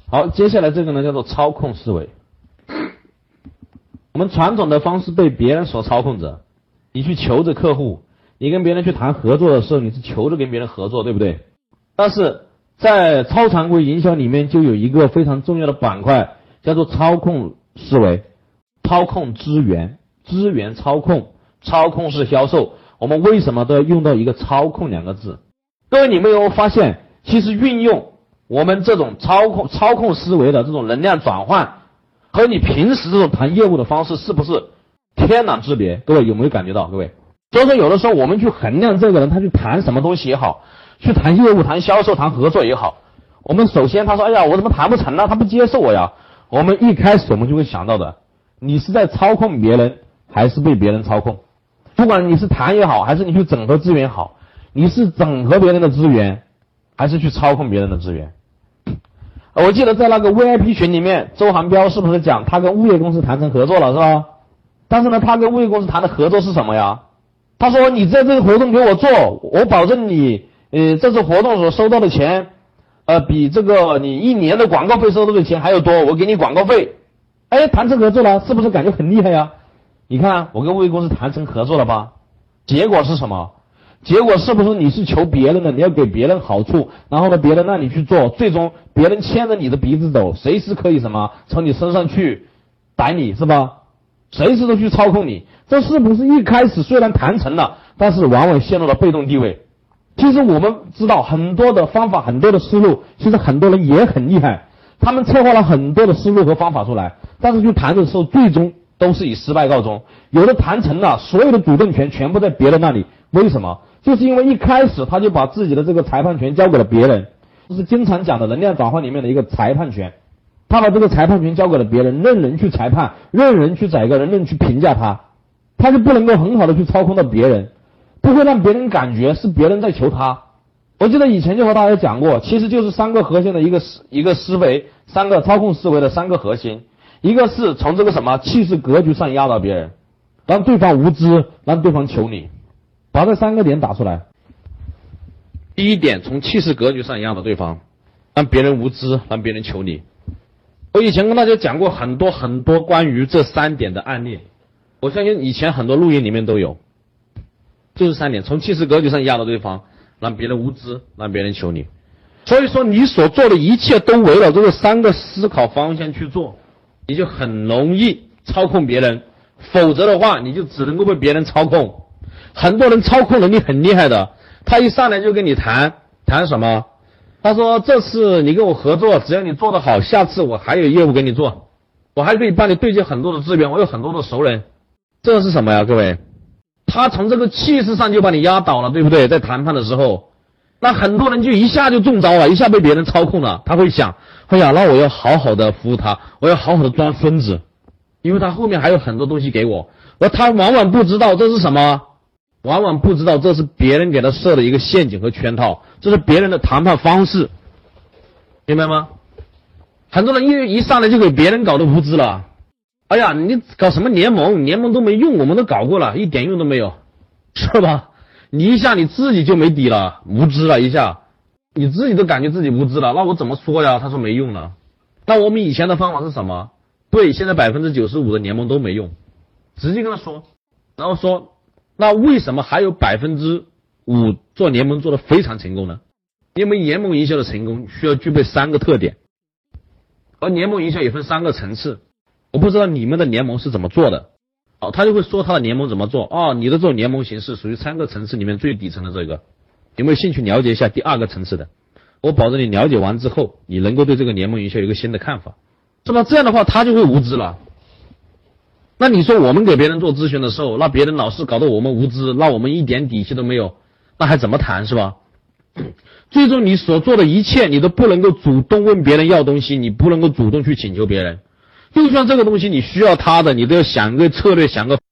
好，接下来这个呢叫做操控思维。我们传统的方式被别人所操控着，你去求着客户，你跟别人去谈合作的时候，你是求着跟别人合作，对不对？但是在超常规营销里面就有一个非常重要的板块，叫做操控思维，操控资源，资源操控，操控式销售。我们为什么都要用到一个操控两个字？各位，你们有没有发现，其实运用我们这种操控思维的这种能量转换，和你平时这种谈业务的方式是不是天壤之别？各位有没有感觉到？各位，所以说有的时候我们去衡量这个人他去谈什么东西也好，去谈业务、谈销售、谈合作也好，我们首先他说，哎呀，我怎么谈不成呢？他不接受我呀。我们一开始我们就会想到的，你是在操控别人还是被别人操控？不管你是谈也好，还是你去整合资源好，你是整合别人的资源还是去操控别人的资源？我记得在那个 VIP 群里面，周航彪是不是讲他跟物业公司谈成合作了，是吧？但是呢，他跟物业公司谈的合作是什么呀？他说你在这个活动给我做，我保证你这次活动所收到的钱比这个你一年的广告费收到的钱还要多，我给你广告费。哎，谈成合作了，是不是感觉很厉害呀？你看我跟物业公司谈成合作了吧？结果是什么？结果是不是你是求别人的，你要给别人好处，然后呢别人让你去做，最终别人牵着你的鼻子走，随时可以什么从你身上去逮你，是吧？随时都去操控你，这是不是一开始虽然谈成了，但是往往陷入了被动地位？其实我们知道很多的方法，很多的思路，其实很多人也很厉害，他们策划了很多的思路和方法出来，但是去谈的时候最终都是以失败告终。有的谈成了，所有的主动权全部在别人那里，为什么？就是因为一开始他就把自己的这个裁判权交给了别人，这是经常讲的能量转换里面的一个裁判权。他把这个裁判权交给了别人，任人去裁判，任人去宰个人，任人去评价他，他就不能够很好的去操控到别人，不会让别人感觉是别人在求他。我记得以前就和大家讲过，其实就是三个核心的一个思维，三个操控思维的三个核心。一个是从这个什么气势格局上压倒别人，让对方无知，让对方求你，把这三个点打出来。第一点，从气势格局上压倒对方，让别人无知，让别人求你。我以前跟大家讲过很多很多关于这三点的案例，我相信以前很多录音里面都有，就是三点，从气势格局上压倒对方，让别人无知，让别人求你。所以说你所做的一切都围绕这个三个思考方向去做，你就很容易操控别人，否则的话你就只能够被别人操控。很多人操控能力很厉害的，他一上来就跟你谈什么，他说这次你跟我合作，只要你做得好，下次我还有业务给你做，我还可以帮你对接很多的资源，我有很多的熟人。这是什么呀各位？他从这个气势上就把你压倒了，对不对？在谈判的时候，那很多人就一下就中招了，一下被别人操控了。他会想，哎呀，那我要好好的服务他，我要好好的装孙子，因为他后面还有很多东西给我。而他往往不知道这是什么，往往不知道这是别人给他设的一个陷阱和圈套，这是别人的谈判方式，明白吗？很多人一上来就给别人搞得无知了。哎呀，你搞什么联盟都没用，我们都搞过了，一点用都没有，是吧？你一下你自己就没底了，无知了一下，你自己都感觉自己无知了，那我怎么说呀？他说没用了。那我们以前的方法是什么？对，现在95%的联盟都没用，直接跟他说，然后说那为什么还有5%做联盟做得非常成功呢？因为联盟营销的成功需要具备3个特点，而联盟营销也分3个层次。我不知道你们的联盟是怎么做的，他就会说他的联盟怎么做。你的这种联盟形式属于3个层次里面最底层的这个，有没有兴趣了解一下第2个层次的？我保证你了解完之后，你能够对这个联盟营销有一个新的看法，是吧？这样的话他就会无知了。那你说我们给别人做咨询的时候，那别人老是搞得我们无知，那我们一点底气都没有，那还怎么谈，是吧？最终你所做的一切，你都不能够主动问别人要东西，你不能够主动去请求别人。就算这个东西你需要他的，你都要想个策略，想个